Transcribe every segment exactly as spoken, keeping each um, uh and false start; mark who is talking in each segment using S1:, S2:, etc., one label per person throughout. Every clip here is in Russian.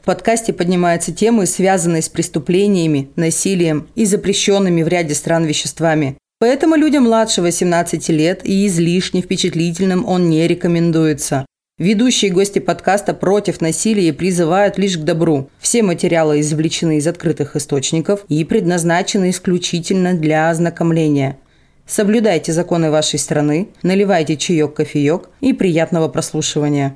S1: В подкасте поднимаются темы, связанные с преступлениями, насилием и запрещенными в ряде стран веществами. Поэтому людям младше восемнадцати лет и излишне впечатлительным он не рекомендуется. Ведущие и гости подкаста против насилия и призывают лишь к добру. Все материалы извлечены из открытых источников и предназначены исключительно для ознакомления. Соблюдайте законы вашей страны, наливайте чаек-кофеек и приятного прослушивания.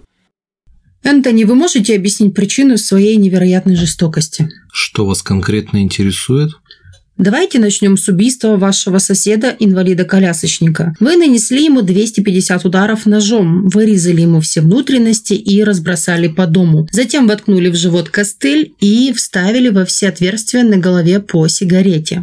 S2: Энтони, вы можете объяснить причину своей невероятной жестокости?
S3: Что вас конкретно интересует?
S2: Давайте начнем с убийства вашего соседа, инвалида-колясочника. Вы нанесли ему двести пятьдесят ударов ножом, вырезали ему все внутренности и разбросали по дому. Затем воткнули в живот костыль и вставили во все отверстия на голове по сигарете.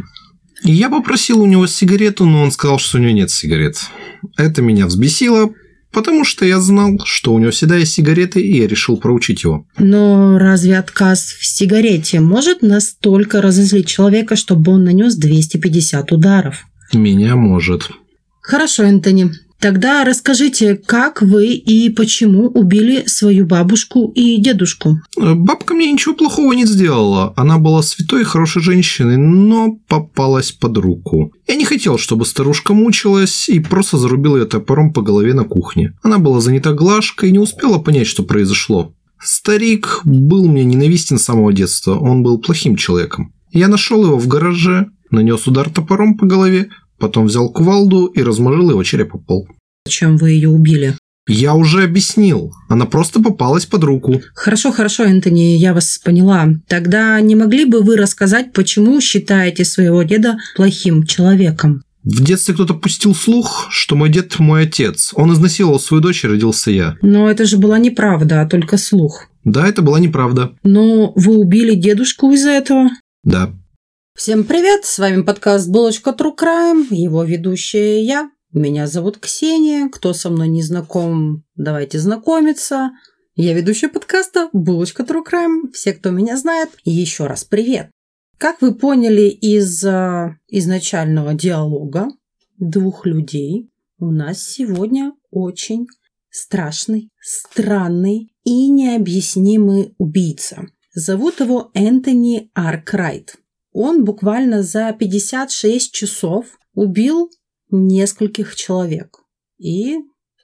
S3: Я попросил у него сигарету, но он сказал, что у него нет сигарет. Это меня взбесило, потому что я знал, что у него всегда есть сигареты, и я решил проучить его.
S2: Но разве отказ в сигарете может настолько разозлить человека, чтобы он нанес двести пятьдесят ударов?
S3: Меня может.
S2: Хорошо, Энтони. Тогда расскажите, как вы и почему убили свою бабушку и дедушку?
S3: Бабка мне ничего плохого не сделала. Она была святой и хорошей женщиной, но попалась под руку. Я не хотел, чтобы старушка мучилась, и просто зарубил ее топором по голове на кухне. Она была занята глажкой и не успела понять, что произошло. Старик был мне ненавистен с самого детства. Он был плохим человеком. Я нашел его в гараже, нанес удар топором по голове, потом взял кувалду и размажил его череп о пол.
S2: Зачем вы ее убили?
S3: Я уже объяснил. Она просто попалась под руку.
S2: Хорошо, хорошо, Энтони, я вас поняла. Тогда не могли бы вы рассказать, почему считаете своего деда плохим человеком?
S3: В детстве кто-то пустил слух, что мой дед – мой отец. Он изнасиловал свою дочь, и родился я.
S2: Но это же была неправда, а только слух.
S3: Да, это была неправда.
S2: Но вы убили дедушку из-за этого?
S3: Да.
S1: Всем привет, с вами подкаст «Булочка True Crime», его ведущая я. Меня зовут Ксения, кто со мной не знаком, давайте знакомиться. Я ведущая подкаста «Булочка True Crime», все, кто меня знает, еще раз привет. Как вы поняли из а, изначального диалога двух людей, у нас сегодня очень страшный, странный и необъяснимый убийца. Зовут его Энтони Аркрайт. Он буквально за пятьдесят шесть часов убил нескольких человек. И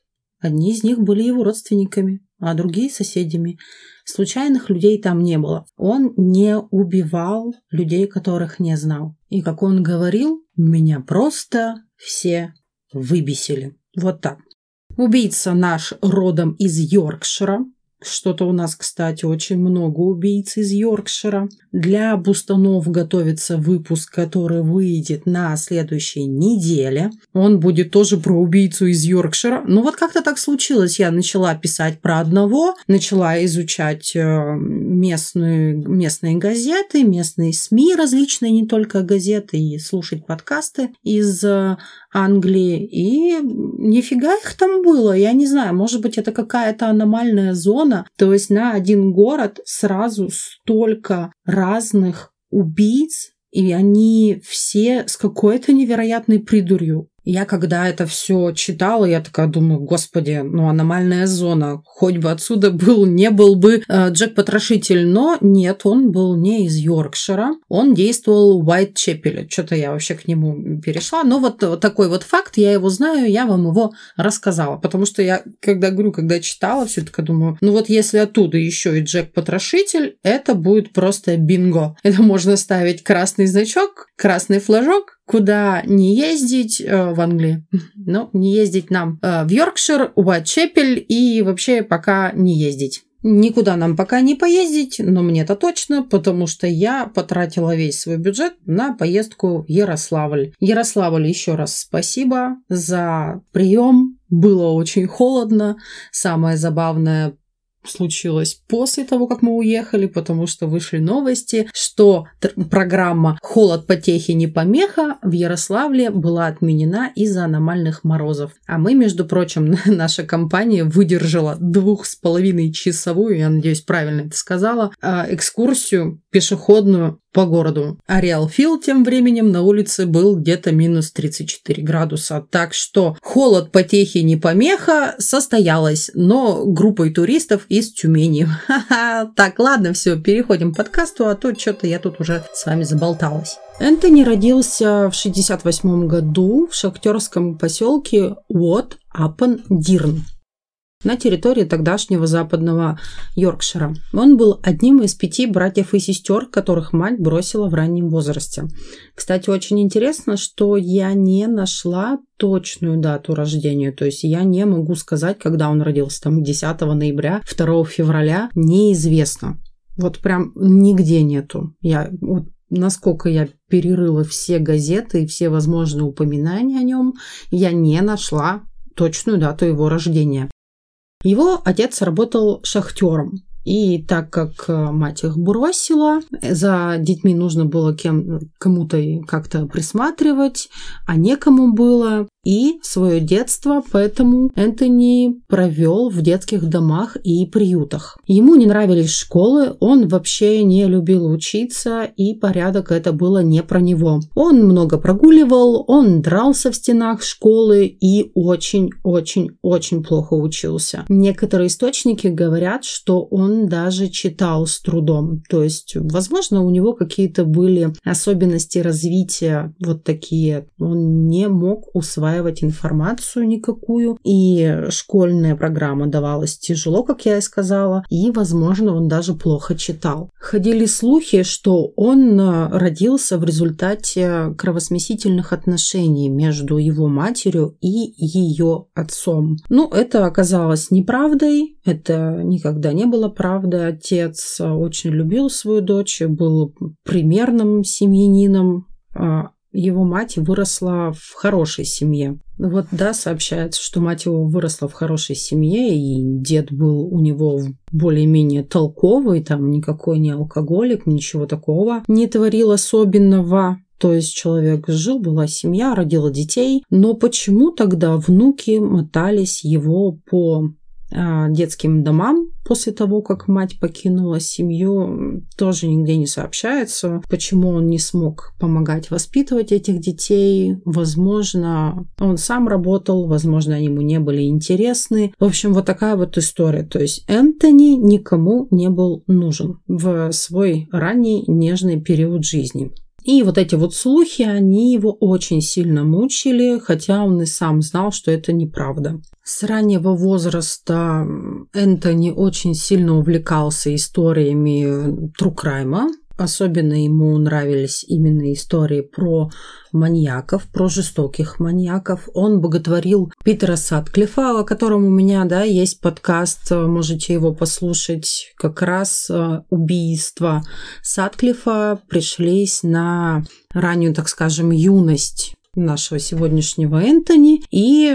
S1: одни из них были его родственниками, а другие соседями. Случайных людей там не было. Он не убивал людей, которых не знал. И, как он говорил, меня просто все выбесили. Вот так. Убийца наш родом из Йоркшира. Что-то у нас, кстати, очень много убийц из Йоркшира. Для бустанов готовится выпуск, который выйдет на следующей неделе. Он будет тоже про убийцу из Йоркшира. Ну вот как-то так случилось. Я начала писать про одного, начала изучать местные, местные газеты, местные СМИ различные, не только газеты, и слушать подкасты из Англии. И нифига их там было. Я не знаю, может быть, это какая-то аномальная зона. То есть на один город сразу столько разных убийц, и они все с какой-то невероятной придурью. Я когда это все читала, я такая думаю, господи, ну аномальная зона, хоть бы отсюда был, не был бы э, Джек-потрошитель, но нет, он был не из Йоркшира, он действовал в Уайтчепеле, что-то я вообще к нему перешла, но вот, вот такой вот факт, я его знаю, я вам его рассказала, потому что я, когда говорю, когда читала, все таки думаю, ну вот если оттуда еще и Джек-потрошитель, это будет просто бинго, это можно ставить красный значок, красный флажок, куда не ездить э, в Англии, но не ездить нам э, в Йоркшир, Уайтчепель и вообще пока не ездить. Никуда нам пока не поездить, но мне-то точно, потому что я потратила весь свой бюджет на поездку в Ярославль. Ярославль, еще раз спасибо за прием. Было очень холодно. Самое забавное случилось после того, как мы уехали, потому что вышли новости, что программа «Холод потехи не помеха» в Ярославле была отменена из-за аномальных морозов. А мы, между прочим, наша компания выдержала двух с половиной часовую, я надеюсь, правильно это сказала, экскурсию пешеходную по городу. А Реалфилд тем временем на улице был где-то минус тридцать четыре градуса. Так что холод потехи не помеха состоялась, но группой туристов из Тюмени. Ха-ха. Так, ладно, все, переходим к подкасту, а то что-то я тут уже с вами заболталась. Энтони родился в шестьдесят восьмом году в шахтерском поселке Уот-апон-Дирн на территории тогдашнего западного Йоркшира. Он был одним из пяти братьев и сестер, которых мать бросила в раннем возрасте. Кстати, очень интересно, что я не нашла точную дату рождения, то есть я не могу сказать, когда он родился, там десятого ноября, второго февраля, неизвестно. Вот прям нигде нету. Я вот насколько я перерыла все газеты и все возможные упоминания о нем, я не нашла точную дату его рождения. Его отец работал шахтером. И так как мать их бросила, за детьми нужно было кем, кому-то как-то присматривать, а некому было. И свое детство поэтому Энтони провел в детских домах и приютах. Ему не нравились школы, он вообще не любил учиться, и порядок это было не про него. Он много прогуливал, он дрался в стенах школы и очень-очень-очень плохо учился. Некоторые источники говорят, что он даже читал с трудом. То есть, возможно, у него какие-то были особенности развития вот такие. Он не мог усваивать информацию никакую, и школьная программа давалась тяжело, как я и сказала, и, возможно, он даже плохо читал. Ходили слухи, что он родился в результате кровосмесительных отношений между его матерью и ее отцом. Ну, это оказалось неправдой, это никогда не было правдой. Отец очень любил свою дочь, был примерным семьянином. Его мать выросла в хорошей семье. Вот, да, сообщается, что мать его выросла в хорошей семье, и дед был у него более-менее толковый, там никакой не алкоголик, ничего такого не творил особенного. То есть человек жил, была семья, родила детей. Но почему тогда внуки мотались его по детским домам после того, как мать покинула семью, тоже нигде не сообщается. Почему он не смог помогать воспитывать этих детей? Возможно, он сам работал, возможно, они ему не были интересны. В общем, вот такая вот история. То есть Энтони никому не был нужен в свой ранний нежный период жизни. И вот эти вот слухи, они его очень сильно мучили, хотя он и сам знал, что это неправда. С раннего возраста Энтони очень сильно увлекался историями true crime. Особенно ему нравились именно истории про маньяков, про жестоких маньяков. Он боготворил Питера Сатклифа, о котором у меня, да, есть подкаст, можете его послушать. Как раз убийства Сатклифа пришлись на раннюю, так скажем, юность нашего сегодняшнего Энтони, и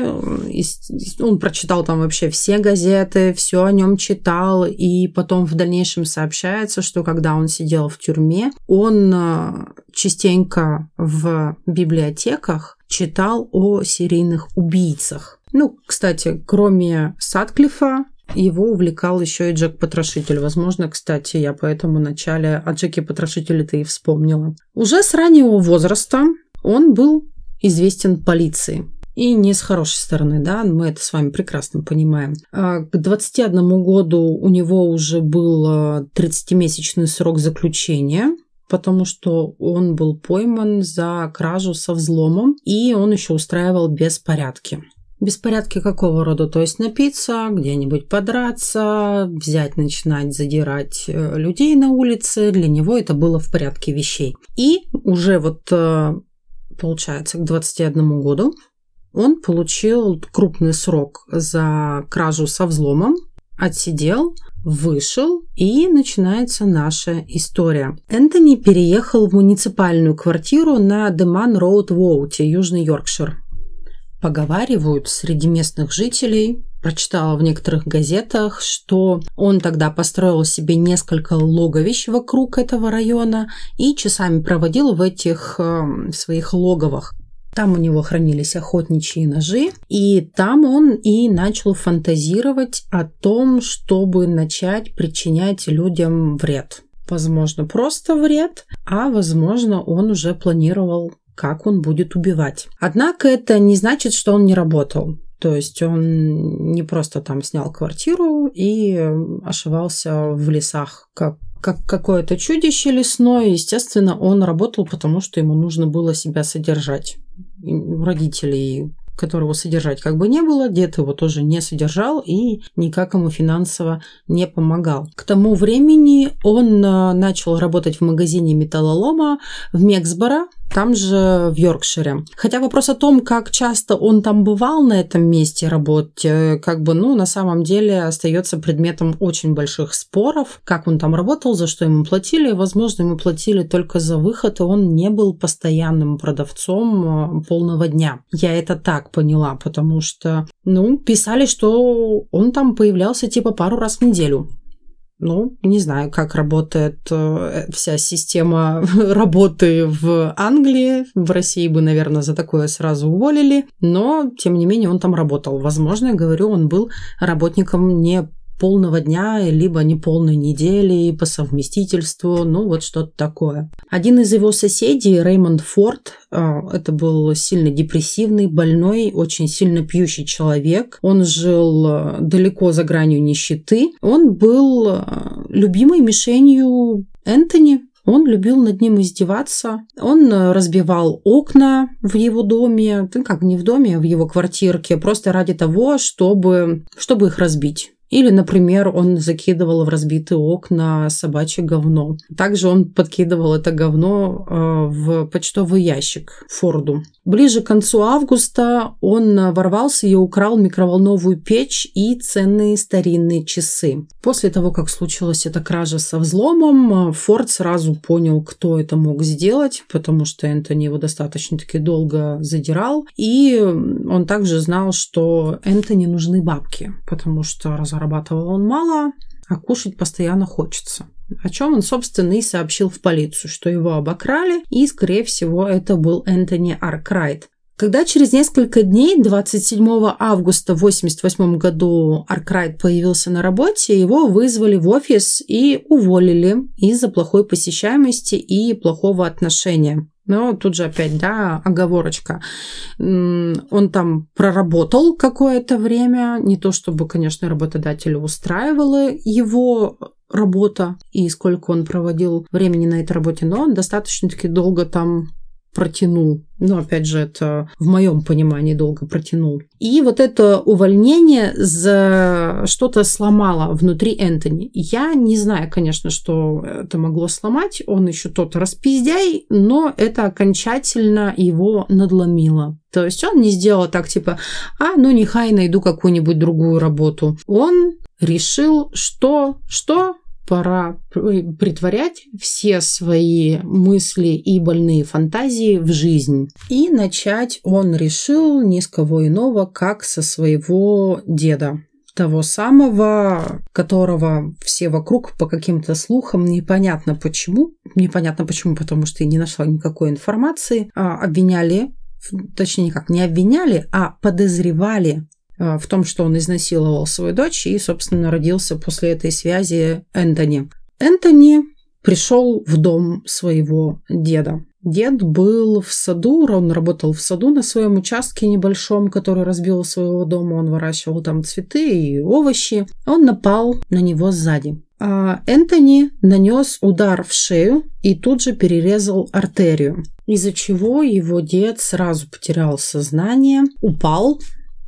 S1: он прочитал там вообще все газеты, все о нем читал, и потом в дальнейшем сообщается, что когда он сидел в тюрьме, он частенько в библиотеках читал о серийных убийцах. Ну, кстати, кроме Сатклифа, его увлекал еще и Джек-потрошитель. Возможно, кстати, я поэтому в начале о Джеке-потрошителе-то и вспомнила. Уже с раннего возраста он был известен полиции. И не с хорошей стороны, да, мы это с вами прекрасно понимаем. К двадцати одному году у него уже был тридцатимесячный срок заключения, потому что он был пойман за кражу со взломом, и он еще устраивал беспорядки. Беспорядки какого рода? То есть напиться, где-нибудь подраться, взять, начинать задирать людей на улице. Для него это было в порядке вещей. И уже вот получается, к двадцати одному году он получил крупный срок за кражу со взломом, отсидел, вышел, и начинается наша история. Энтони переехал в муниципальную квартиру на Деман Роуд в Уоуте, Южный Йоркшир. Поговаривают среди местных жителей, прочитала в некоторых газетах, что он тогда построил себе несколько логовищ вокруг этого района и часами проводил в этих э, своих логовах. Там у него хранились охотничьи ножи, и там он и начал фантазировать о том, чтобы начать причинять людям вред. возможно, просто вред, а, возможно, он уже планировал, как он будет убивать. Однако это не значит, что он не работал. То есть он не просто там снял квартиру и ошивался в лесах, как, как какое-то чудище лесное. Естественно, он работал, потому что ему нужно было себя содержать. Родителей, которого содержать как бы не было, дед его тоже не содержал и никак ему финансово не помогал. К тому времени он начал работать в магазине металлолома в Мексборо, там же в Йоркшире. Хотя вопрос о том, как часто он там бывал на этом месте работы, как бы, ну, на самом деле остается предметом очень больших споров. Как он там работал, за что ему платили. Возможно, ему платили только за выход, и он не был постоянным продавцом полного дня. Я это так поняла, потому что, ну, писали, что он там появлялся типа пару раз в неделю. Ну, не знаю, как работает э, вся система работы в Англии. В России бы, наверное, за такое сразу уволили. Но, тем не менее, он там работал. Возможно, я говорю, он был работником не полного дня, либо не полной недели по совместительству, ну вот что-то такое. Один из его соседей, Реймонд Форд, это был сильно депрессивный, больной, очень сильно пьющий человек. Он жил далеко за гранью нищеты. Он был любимой мишенью Энтони. Он любил над ним издеваться. Он разбивал окна в его доме, ну как не в доме, а в его квартирке, просто ради того, чтобы, чтобы их разбить. Или, например, он закидывал в разбитые окна собачье говно. Также он подкидывал это говно в почтовый ящик Форду. Ближе к концу августа он ворвался и украл микроволновую печь и ценные старинные часы. После того, как случилась эта кража со взломом, Форд сразу понял, кто это мог сделать, потому что Энтони его достаточно-таки долго задирал. И он также знал, что Энтони нужны бабки, потому что зарабатывал он мало, а кушать постоянно хочется. О чем он, собственно, и сообщил в полицию, что его обокрали, и, скорее всего, это был Энтони Аркрайт. Когда через несколько дней, двадцать седьмого августа в восемьдесят восьмом году, Аркрайт появился на работе, его вызвали в офис и уволили из-за плохой посещаемости и плохого отношения. Но тут же опять, да, оговорочка. Он там проработал какое-то время. Не то чтобы, конечно, работодателя устраивала его работа и сколько он проводил времени на этой работе, но он достаточно-таки долго там протянул. Но, опять же, это в моем понимании долго протянул. И вот это увольнение за что-то сломало внутри Энтони. Я не знаю, конечно, что это могло сломать. Он еще тот распиздяй, но это окончательно его надломило. То есть он не сделал так, типа, а, ну, нехай найду какую-нибудь другую работу. Он решил, что, что пора притворять все свои мысли и больные фантазии в жизнь. И начать он решил ни с кого иного, как со своего деда. Того самого, которого все вокруг по каким-то слухам, непонятно почему, непонятно почему, потому что я не нашла никакой информации, обвиняли, точнее никак, не обвиняли, а подозревали в том, что он изнасиловал свою дочь, и, собственно, родился после этой связи Энтони. Энтони пришел в дом своего деда. Дед был в саду, он работал в саду на своем участке небольшом, который разбил своего дома, он выращивал там цветы и овощи. Он напал на него сзади. А Энтони нанес удар в шею и тут же перерезал артерию, из-за чего его дед сразу потерял сознание, упал.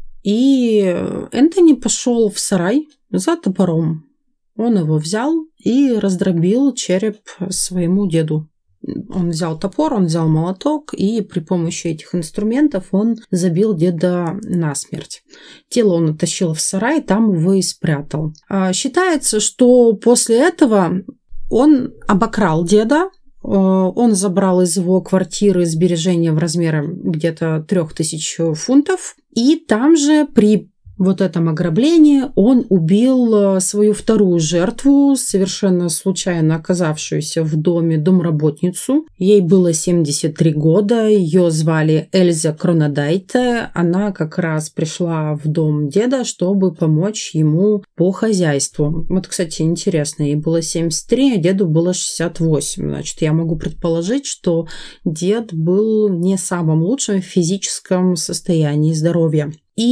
S1: И Энтони пошел в сарай за топором. Он его взял и раздробил череп своему деду. Он взял топор, он взял молоток, и при помощи этих инструментов он забил деда насмерть. Тело он оттащил в сарай, там его и спрятал. Считается, что после этого он обокрал деда. Он забрал из его квартиры сбережения в размере где-то трех тысяч фунтов. И там же при вот этом ограблении он убил свою вторую жертву, совершенно случайно оказавшуюся в доме домработницу. Ей было семьдесят три года, ее звали Эльза Кронодайте. Она как раз пришла в дом деда, чтобы помочь ему по хозяйству. Вот, кстати, интересно, ей было семьдесят три, а деду было шестьдесят восемь. Значит, я могу предположить, что дед был не в самом лучшем физическом состоянии здоровья.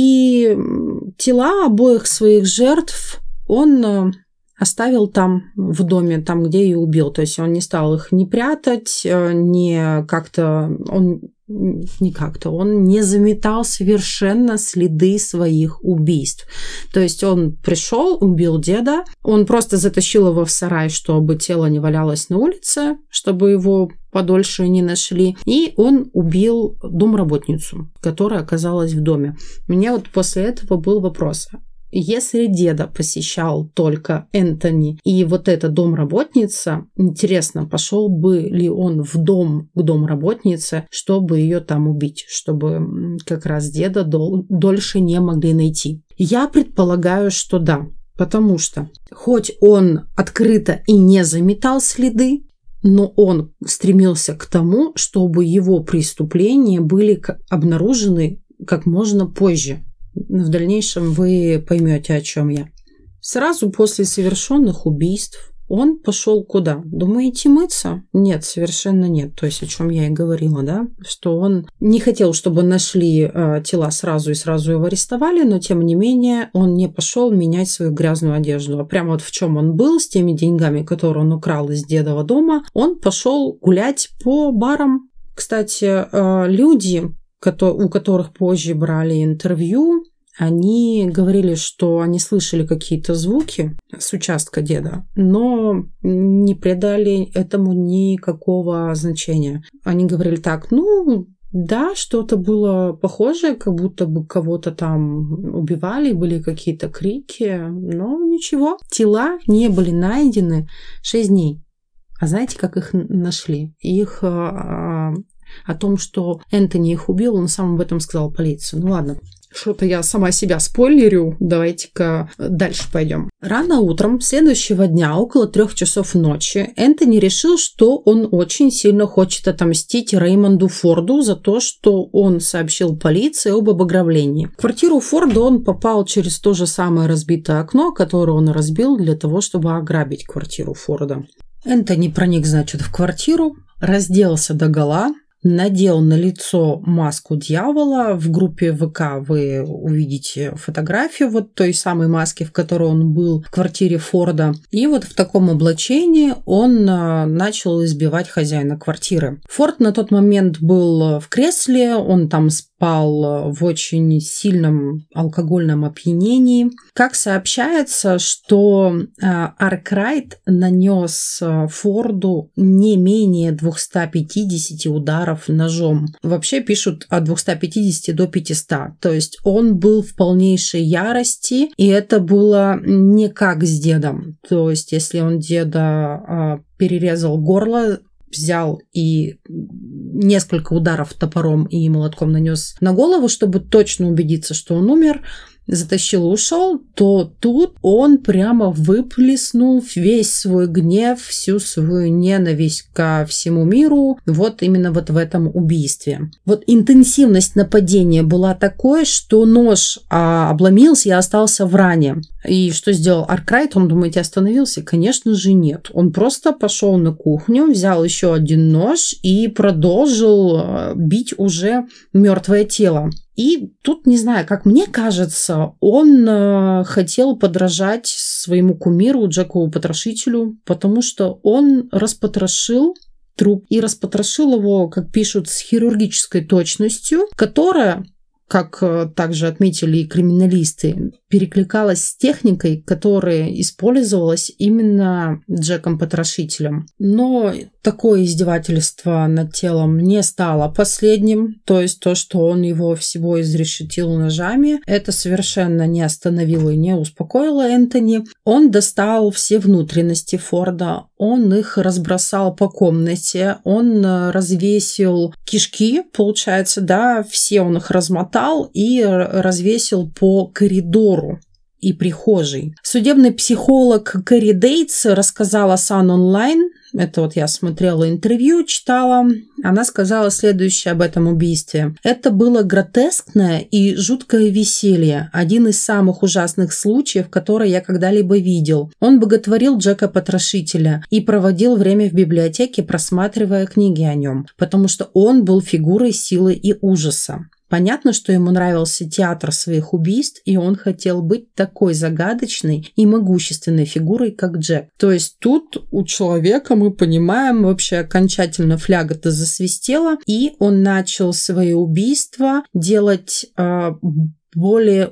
S1: И тела обоих своих жертв он оставил там, в доме, там, где и убил. То есть он не стал их ни прятать, ни как-то... Он не как-то, он не заметал совершенно следы своих убийств. То есть он пришел, убил деда, он просто затащил его в сарай, чтобы тело не валялось на улице, чтобы его подольше не нашли, и он убил домработницу, которая оказалась в доме. У меня вот после этого был вопрос. Если деда посещал только Энтони и вот эта домработница, интересно, пошел бы ли он в дом к домработнице, чтобы ее там убить, чтобы как раз деда дол- дольше не могли найти? Я предполагаю, что да, потому что хоть он открыто и не заметал следы, но он стремился к тому, чтобы его преступления были обнаружены как можно позже. В дальнейшем вы поймете, о чем я. Сразу после совершенных убийств он пошел куда? Думаете, мыться? Нет, совершенно нет. То есть, о чем я и говорила, да? Что он не хотел, чтобы нашли э, тела сразу и сразу его арестовали, но, тем не менее, он не пошел менять свою грязную одежду. А прямо вот в чем он был, с теми деньгами, которые он украл из дедова дома, он пошел гулять по барам. Кстати, э, люди, у которых позже брали интервью, они говорили, что они слышали какие-то звуки с участка деда, но не придали этому никакого значения. Они говорили так, ну, да, что-то было похожее, как будто бы кого-то там убивали, были какие-то крики, но ничего. Тела не были найдены шесть дней. А знаете, как их нашли? Их... О том, что Энтони их убил, он сам об этом сказал полиции. Ну ладно, что-то я сама себя спойлерю. Давайте-ка дальше пойдем. Рано утром следующего дня, около трех часов ночи, Энтони решил, что он очень сильно хочет отомстить Реймонду Форду за то, что он сообщил полиции об обогревлении. В квартиру Форда он попал через то же самое разбитое окно, которое он разбил для того, чтобы ограбить квартиру Форда. Энтони проник, значит, в квартиру, разделся догола, надел на лицо маску дьявола. В группе ВК вы увидите фотографию вот той самой маски, в которой он был в квартире Форда. И вот в таком облачении он начал избивать хозяина квартиры. Форд на тот момент был в кресле, он там спал в очень сильном алкогольном опьянении. Как сообщается, что Аркрайт нанес Форду не менее двухсот пятидесяти ударов ножом. Вообще пишут от двухсот пятидесяти до пятисот. То есть он был в полнейшей ярости, и это было не как с дедом. То есть если он деда перерезал горло, взял и несколько ударов топором и молотком нанес на голову, чтобы точно убедиться, что он умер, затащил и ушел, то тут он прямо выплеснул весь свой гнев, всю свою ненависть ко всему миру вот именно вот в этом убийстве. Вот интенсивность нападения была такой, что нож а, обломился и остался в ране. И что сделал Аркрайт? Он, думаете, остановился? Конечно же нет. Он просто пошел на кухню, взял еще один нож и продолжил бить уже мертвое тело. И тут, не знаю, как мне кажется, он э, хотел подражать своему кумиру Джеку Потрошителю, потому что он распотрошил труп и распотрошил его, как пишут, с хирургической точностью, которая, как также отметили и криминалисты,
S2: перекликалась с техникой, которая использовалась именно Джеком-потрошителем. Но такое издевательство над телом не стало последним, то есть то, что он его всего изрешетил ножами, это совершенно не остановило и не успокоило Энтони. Он достал все внутренности Форда, он их разбросал по комнате, он развесил кишки, получается, да, все он их размотал и развесил по коридору и прихожей. Судебный психолог Кэрри Дейтс рассказала Sun Online, это вот я смотрела интервью, читала, она сказала следующее об этом убийстве. Это было гротескное и жуткое веселье, один из самых ужасных случаев, которые я когда-либо видел. Он боготворил Джека-потрошителя и проводил время в библиотеке, просматривая книги о нем, потому что он был фигурой силы и ужаса. Понятно, что ему нравился театр своих убийств, и он хотел быть такой загадочной и могущественной фигурой, как Джек. То есть тут у человека, мы понимаем, вообще окончательно фляга-то засвистела, и он начал свои убийства делать э, более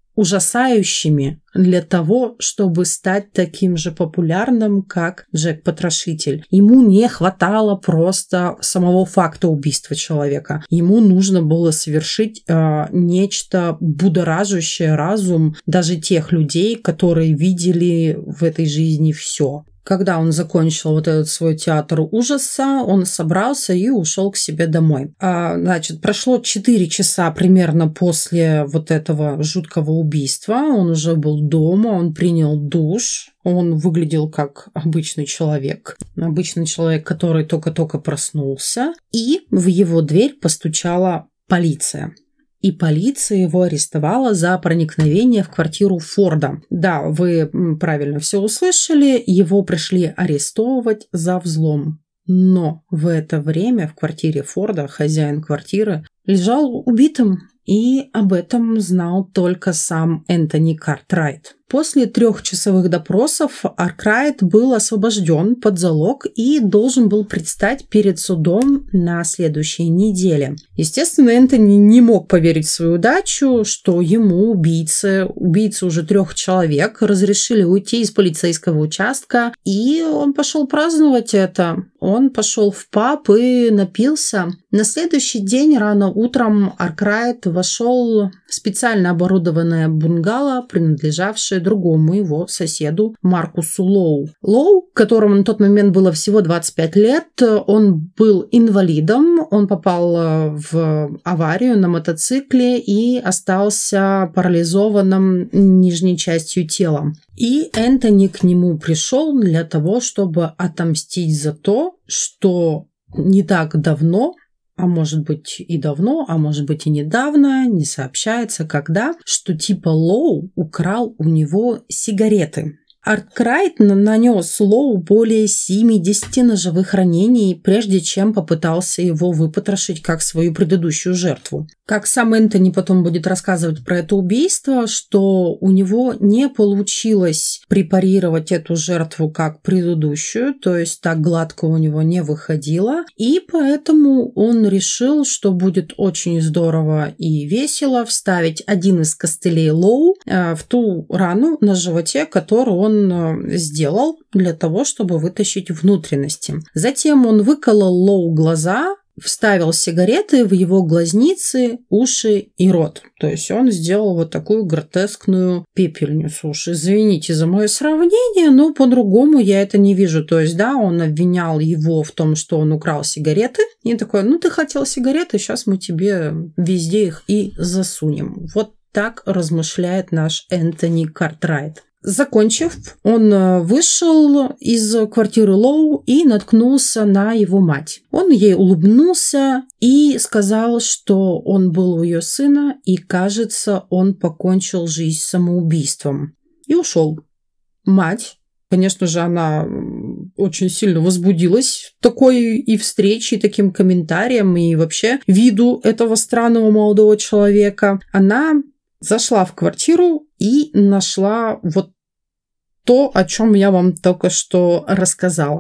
S2: ужасающими для того, чтобы стать таким же популярным, как Джек-потрошитель. Ему не хватало просто самого факта убийства человека. Ему нужно было совершить э, нечто будоражащее разум даже тех людей, которые видели в этой жизни все. Когда он закончил вот этот свой театр ужаса, он собрался и ушел к себе домой. А, значит, прошло четыре часа примерно после вот этого жуткого убийства. Он уже был дома, он принял душ. Он выглядел как обычный человек. Обычный человек, который только-только проснулся. И в его дверь постучала полиция. И полиция его арестовала за проникновение в квартиру Форда. Да, вы правильно все услышали, его пришли арестовывать за взлом. Но в это время в квартире Форда хозяин квартиры лежал убитым. И об этом знал только сам Энтони Картрайт. После трехчасовых допросов Аркрайт был освобожден под залог и должен был предстать перед судом на следующей неделе. Естественно, Энтони не мог поверить в свою удачу, что ему, убийцы, убийцы уже трех человек, разрешили уйти из полицейского участка, и он пошел праздновать это. Он пошел в паб и напился. На следующий день рано утром Аркрайт вошел в специально оборудованное бунгало, принадлежавшее другому его соседу Маркусу Лоу. Лоу, которому на тот момент было всего двадцать пять лет, он был инвалидом, он попал в аварию на мотоцикле и остался парализованным нижней частью тела. И Энтони к нему пришел для того, чтобы отомстить за то, что не так давно, а может быть и давно, а может быть и недавно, не сообщается когда, что типа Лоу украл у него сигареты. Аркрайт нанес Лоу более семидесяти ножевых ранений, прежде чем попытался его выпотрошить как свою предыдущую жертву. Как сам Энтони потом будет рассказывать про это убийство, что у него не получилось препарировать эту жертву как предыдущую, то есть так гладко у него не выходило, и поэтому он решил, что будет очень здорово и весело вставить один из костылей Лоу в ту рану на животе, которую он сделал для того, чтобы вытащить внутренности. Затем он выколол Лоу глаза, вставил сигареты в его глазницы, уши и рот. То есть он сделал вот такую гротескную пепельницу. Уж извините за мое сравнение, но по-другому я это не вижу. То есть, да, он обвинял его в том, что он украл сигареты. И такой, ну ты хотел сигареты, сейчас мы тебе везде их и засунем. Вот так размышляет наш Энтони Картрайт. Закончив, он вышел из квартиры Лоу и наткнулся на его мать. Он ей улыбнулся и сказал, что он был у ее сына, и, кажется, он покончил жизнь самоубийством. И ушел. Мать, конечно же, она очень сильно возбудилась такой и встречей, и таким комментарием, и вообще виду этого странного молодого человека. Она зашла в квартиру и нашла вот то, о чем я вам только что рассказала.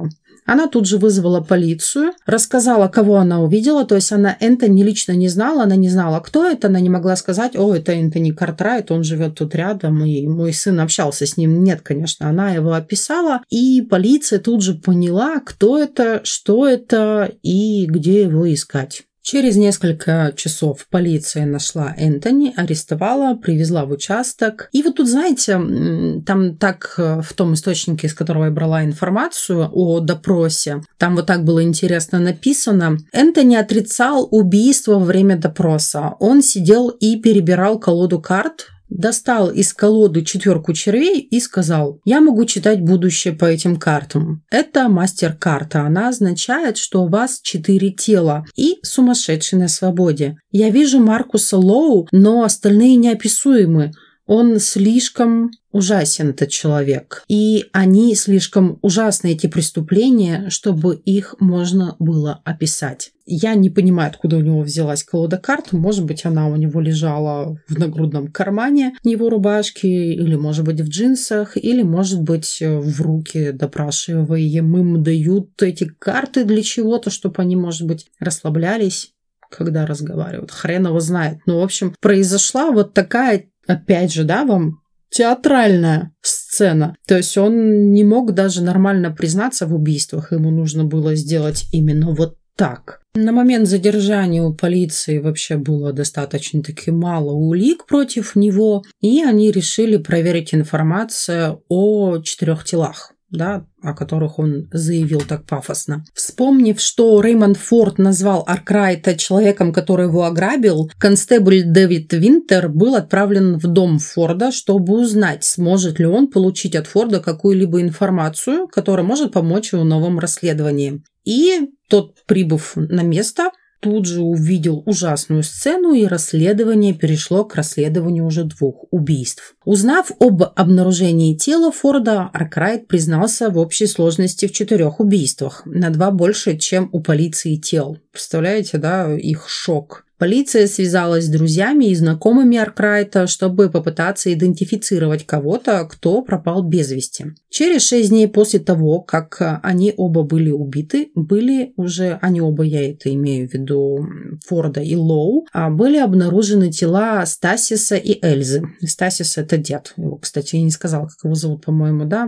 S2: Она тут же вызвала полицию, рассказала, кого она увидела, то есть она Энтони лично не знала, она не знала, кто это, она не могла сказать: о, это Энтони Картрайт, он живет тут рядом, и мой сын общался с ним. Нет, конечно, она его описала, и полиция тут же поняла, кто это, что это и где его искать. Через несколько часов полиция нашла Энтони, арестовала, привезла в участок. И вот тут, знаете, там так в том источнике, из которого я брала информацию о допросе, там вот так было интересно написано. Энтони отрицал убийство во время допроса. Он сидел и перебирал колоду карт, достал из колоды четверку червей и сказал: я могу читать будущее по этим картам. Это мастер-карта. Она означает, что у вас четыре тела и сумасшедший на свободе. Я вижу Маркуса Лоу, но остальные неописуемы. Он слишком ужасен, этот человек. И они слишком ужасны, эти преступления, чтобы их можно было описать. Я не понимаю, откуда у него взялась колода карт. Может быть, она у него лежала в нагрудном кармане его рубашки, или, может быть, в джинсах, или, может быть, в руки допрашиваемым им дают эти карты для чего-то, чтобы они, может быть, расслаблялись, когда разговаривают. Хрен его знает. Ну, в общем, произошла вот такая, опять же, да, вам театральная сцена. То есть он не мог даже нормально признаться в убийствах. Ему нужно было сделать именно вот так. На момент задержания у полиции вообще было достаточно-таки мало улик против него, и они решили проверить информацию о четырех телах, да, о которых он заявил так пафосно. Вспомнив, что Реймонд Форд назвал Аркрайта человеком, который его ограбил, констебль Дэвид Винтер был отправлен в дом Форда, чтобы узнать, сможет ли он получить от Форда какую-либо информацию, которая может помочь его в новом расследовании. И тот, прибыв на место, тут же увидел ужасную сцену, и расследование перешло к расследованию уже двух убийств. Узнав об обнаружении тела Форда, Аркрайт признался в общей сложности в четырех убийствах, на два больше, чем у полиции тел. Представляете, да, их шок. Полиция связалась с друзьями и знакомыми Аркрайта, чтобы попытаться идентифицировать кого-то, кто пропал без вести. Через шесть дней после того, как они оба были убиты, были уже, они оба, я это имею в виду, Форда и Лоу, были обнаружены тела Стасиса и Эльзы. Стасис – это дед. Его, кстати, я не сказала, как его зовут, по-моему, да?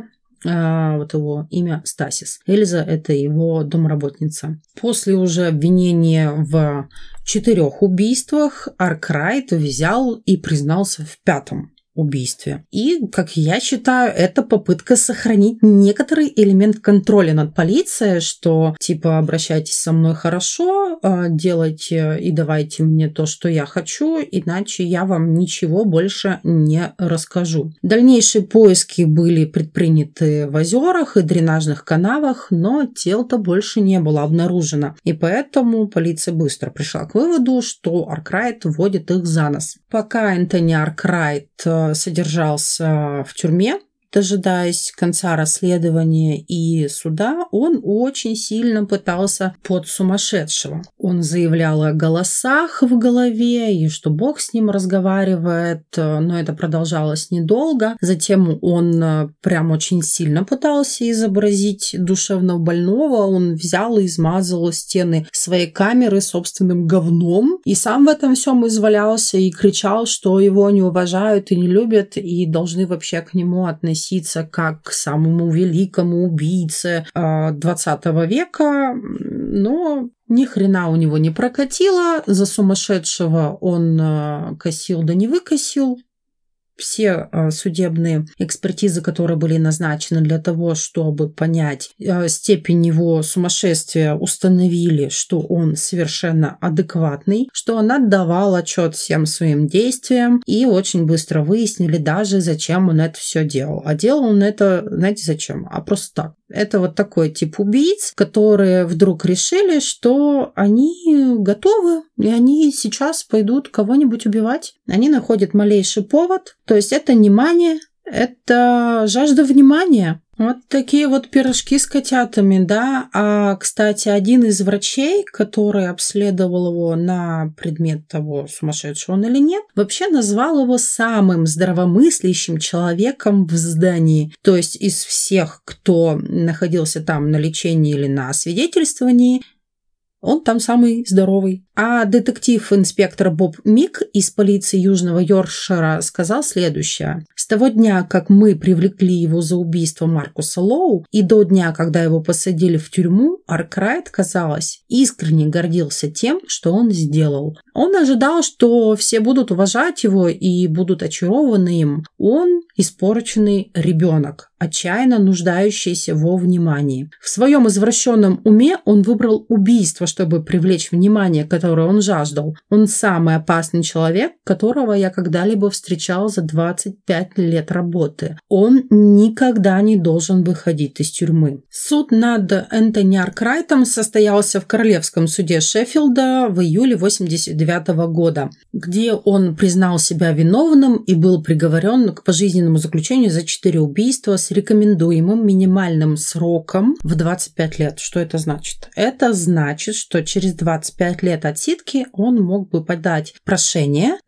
S2: А, вот его имя Стасис. Эльза – это его домработница. После уже обвинения в четырех убийствах Аркрайт взял и признался в пятом убийстве. И, как я считаю, это попытка сохранить некоторый элемент контроля над полицией, что типа обращайтесь со мной хорошо, делайте и давайте мне то, что я хочу, иначе я вам ничего больше не расскажу. Дальнейшие поиски были предприняты в озерах и дренажных канавах, но тел-то больше не было обнаружено. И поэтому полиция быстро пришла к выводу, что Аркрайт вводит их за нос. Пока Энтони Аркрайт содержался в тюрьме, дожидаясь конца расследования и суда, он очень сильно пытался под сумасшедшего. Он заявлял о голосах в голове и что Бог с ним разговаривает, но это продолжалось недолго. Затем он прям очень сильно пытался изобразить душевно больного. Он взял и измазал стены своей камеры собственным говном и сам в этом всем извалялся и кричал, что его не уважают и не любят и должны вообще к нему относиться как к самому великому убийце двадцатого века, но ни хрена у него не прокатило. За сумасшедшего он косил да не выкосил. Все судебные экспертизы, которые были назначены для того, чтобы понять степень его сумасшествия, установили, что он совершенно адекватный, что он отдавал отчет всем своим действиям, и очень быстро выяснили даже, зачем он это все делал. А делал он это, знаете, зачем? А просто так. Это вот такой тип убийц, которые вдруг решили, что они готовы, и они сейчас пойдут кого-нибудь убивать. Они находят малейший повод. То есть это не мания, это жажда внимания.
S1: Вот такие вот пирожки с котятами, да. А, кстати, один из врачей, который обследовал его на предмет того, сумасшедший он или нет, вообще назвал его самым здравомыслящим человеком в здании. То есть из всех, кто находился там на лечении или на освидетельствовании, он там самый здоровый. А детектив-инспектор Боб Мик из полиции Южного Йоркшира сказал следующее. С того дня, как мы привлекли его за убийство Маркуса Лоу, и до дня, когда его посадили в тюрьму, Аркрайт, казалось, искренне гордился тем, что он сделал. Он ожидал, что все будут уважать его и будут очарованы им. Он испорченный ребенок, отчаянно нуждающийся во внимании. В своем извращенном уме он выбрал убийство, чтобы привлечь внимание, которое он жаждал. Он самый опасный человек, которого я когда-либо встречал за двадцать пять лет работы. Он никогда не должен выходить из тюрьмы. Суд над Энтони Аркрайтом состоялся в Королевском суде Шеффилда в июле восемьдесят девятого года, где он признал себя виновным и был приговорен к пожизненному заключению за четыре убийства с рекомендуемым минимальным сроком в двадцать пять лет. Что это значит? Это значит, что через двадцать пять лет отсидки он мог бы подать прошение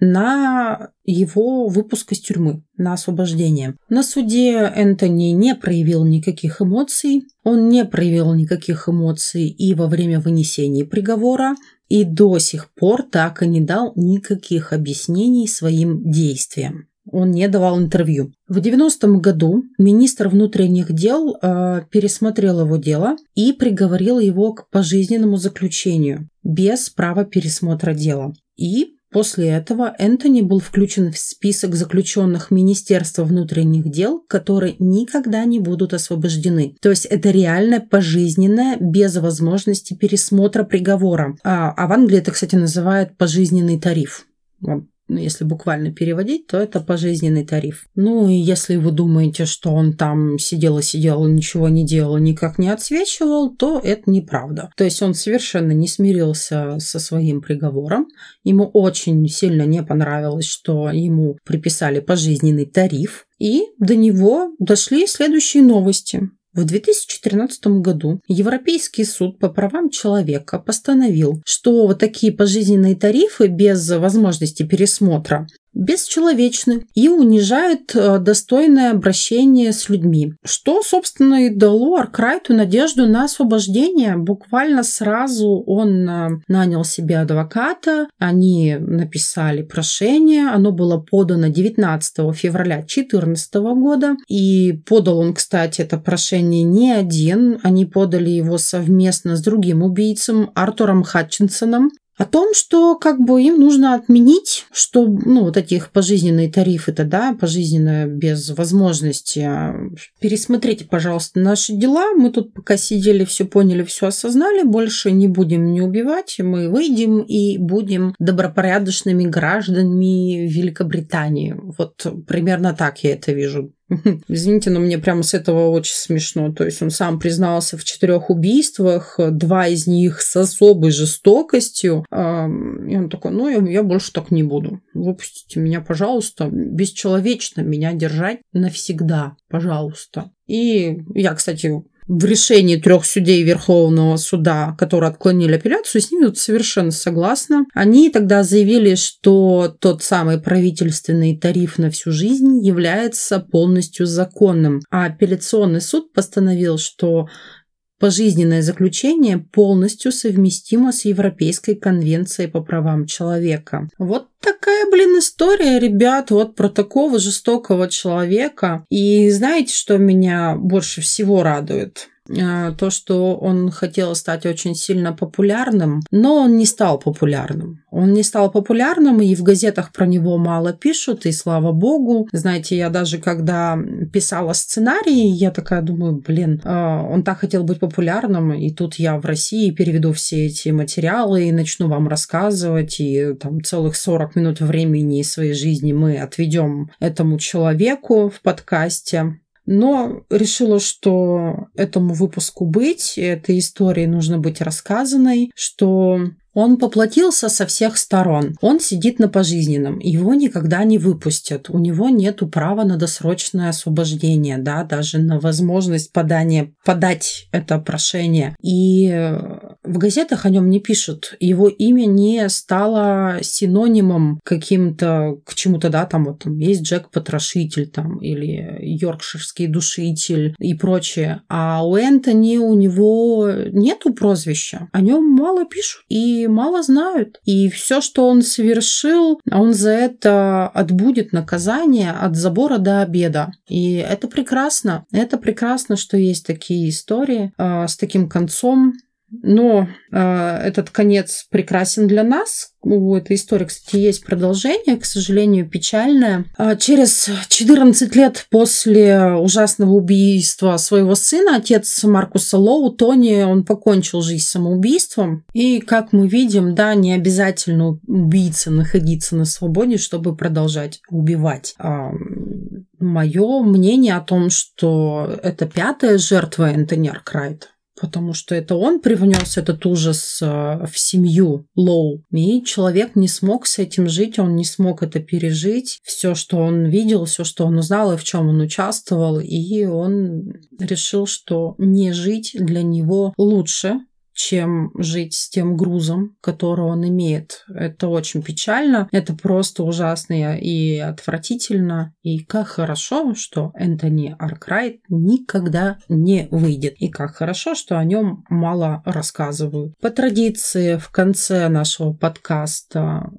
S1: на его выпуск из тюрьмы, на освобождение. На суде Энтони не проявил никаких эмоций. Он не проявил никаких эмоций и во время вынесения приговора, и до сих пор так и не дал никаких объяснений своим действиям. Он не давал интервью. В девяностом году министр внутренних дел э, пересмотрел его дело и приговорил его к пожизненному заключению без права пересмотра дела. И после этого Энтони был включен в список заключенных Министерства внутренних дел, которые никогда не будут освобождены. То есть это реально пожизненное, без возможности пересмотра приговора. А, а в Англии это, кстати, называют пожизненный тариф. Если буквально переводить, то это пожизненный тариф. Ну и если вы думаете, что он там сидел и сидел, ничего не делал, никак не отсвечивал, то это неправда. То есть он совершенно не смирился со своим приговором. Ему очень сильно не понравилось, что ему приписали пожизненный тариф. И до него дошли следующие новости. В две тысячи тринадцатом году Европейский суд по правам человека постановил, что вот такие пожизненные тарифы без возможности пересмотра бесчеловечны и унижают достойное обращение с людьми. Что, собственно, и дало Аркрайту надежду на освобождение. Буквально сразу он нанял себе адвоката, они написали прошение, оно было подано девятнадцатого февраля две тысячи четырнадцатого года, и подал он, кстати, это прошение не один, они подали его совместно с другим убийцем Артуром Хатчинсоном, о том, что как бы им нужно отменить, что, ну, вот таких пожизненные тарифы-то, да, пожизненно без возможности. Пересмотрите, пожалуйста, наши дела. Мы тут пока сидели, все поняли, все осознали, больше не будем не убивать. Мы выйдем и будем добропорядочными гражданами Великобритании. Вот примерно так я это вижу. Извините, но мне прямо с этого очень смешно. То есть он сам признался в четырех убийствах, два из них с особой жестокостью. И он такой, ну, я, я больше так не буду. Выпустите меня, пожалуйста. Бесчеловечно меня держать навсегда, пожалуйста. И я, кстати, в решении трех судей Верховного суда, которые отклонили апелляцию, с ними вот совершенно согласна. Они тогда заявили, что тот самый правительственный тариф на всю жизнь является полностью законным. А апелляционный суд постановил, что пожизненное заключение полностью совместимо с Европейской конвенцией по правам человека. Вот такая, блин, история, ребят, вот про такого жестокого человека. И знаете, что меня больше всего радует? То, что он хотел стать очень сильно популярным, но он не стал популярным. Он не стал популярным, и в газетах про него мало пишут, и слава богу. Знаете, я даже когда писала сценарий, я такая думаю, блин, он так хотел быть популярным, и тут я в России переведу все эти материалы и начну вам рассказывать, и там целых сорок минут времени своей жизни мы отведем этому человеку в подкасте. Но решила, что этому выпуску быть, этой истории нужно быть рассказанной, что он поплатился со всех сторон. Он сидит на пожизненном, его никогда не выпустят. У него нет права на досрочное освобождение, да, даже на возможность подания, подать это прошение. И в газетах о нем не пишут. Его имя не стало синонимом каким-то, к чему-то, да, там вот там есть Джек-потрошитель там, или Йоркширский душитель и прочее. А у Энтони у него нету прозвища. О нем мало пишут и мало знают. И все, что он совершил, он за это отбудет наказание от забора до обеда. И это прекрасно. Это прекрасно, что есть такие истории э, с таким концом. Но э, этот конец прекрасен для нас. У этой истории, кстати, есть продолжение, к сожалению, печальное. Через четырнадцать лет после ужасного убийства своего сына, отец Маркуса Лоу, Тони, он покончил жизнь самоубийством. И, как мы видим, да, не обязательно убийце находиться на свободе, чтобы продолжать убивать. Мое мнение о том, что это пятая жертва Энтони Аркрайта, потому что это он привнес этот ужас в семью Лоу. И человек не смог с этим жить, он не смог это пережить. Все, что он видел, все, что он узнал и в чем он участвовал. И он решил, что не жить для него лучше, чем жить с тем грузом, который он имеет. Это очень печально, это просто ужасно и отвратительно. И как хорошо, что Энтони Аркрайт никогда не выйдет. И как хорошо, что о нем мало рассказывают. По традиции, в конце нашего подкаста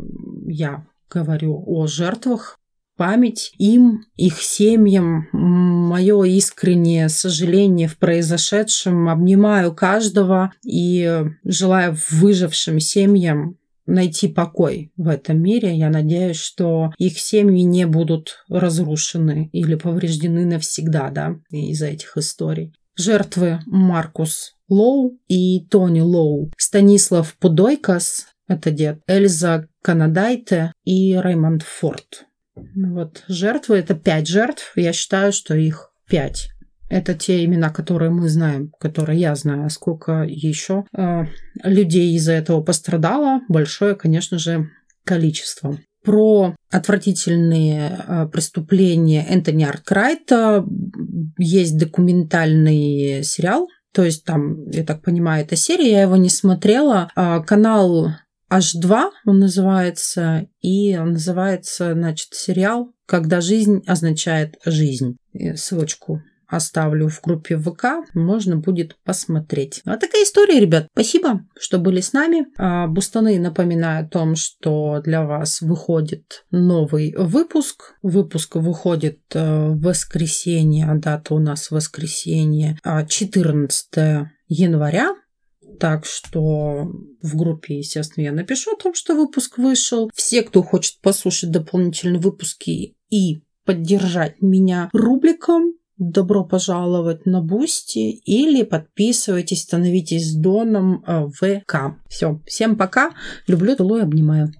S1: я говорю о жертвах. Память им, их семьям, мое искреннее сожаление в произошедшем. Обнимаю каждого и желаю выжившим семьям найти покой в этом мире. Я надеюсь, что их семьи не будут разрушены или повреждены навсегда, да, из-за этих историй. Жертвы: Маркус Лоу и Тони Лоу, Станислав Пудойкас, это дед, Эльза Канадайте и Реймонд Форд. Вот жертвы, это пять жертв. Я считаю, что их пять. Это те имена, которые мы знаем, которые я знаю. А сколько еще э, людей из-за этого пострадало? Большое, конечно же, количество. Про отвратительные э, преступления Энтони Аркрайта есть документальный сериал. То есть там, я так понимаю, это серия, я его не смотрела. Э, канал эйч два он называется, и он называется, значит, сериал «Когда жизнь означает жизнь». И ссылочку оставлю в группе ВК, можно будет посмотреть. Вот такая история, ребят. Спасибо, что были с нами. Бустаны, напоминаю о том, что для вас выходит новый выпуск. Выпуск выходит в воскресенье, а дата у нас воскресенье, четырнадцатого января. Так что в группе, естественно, я напишу о том, что выпуск вышел. Все, кто хочет послушать дополнительные выпуски и поддержать меня рубликом, добро пожаловать на Бусти или подписывайтесь, становитесь доном в ВК. Все, всем пока. Люблю, целую, обнимаю.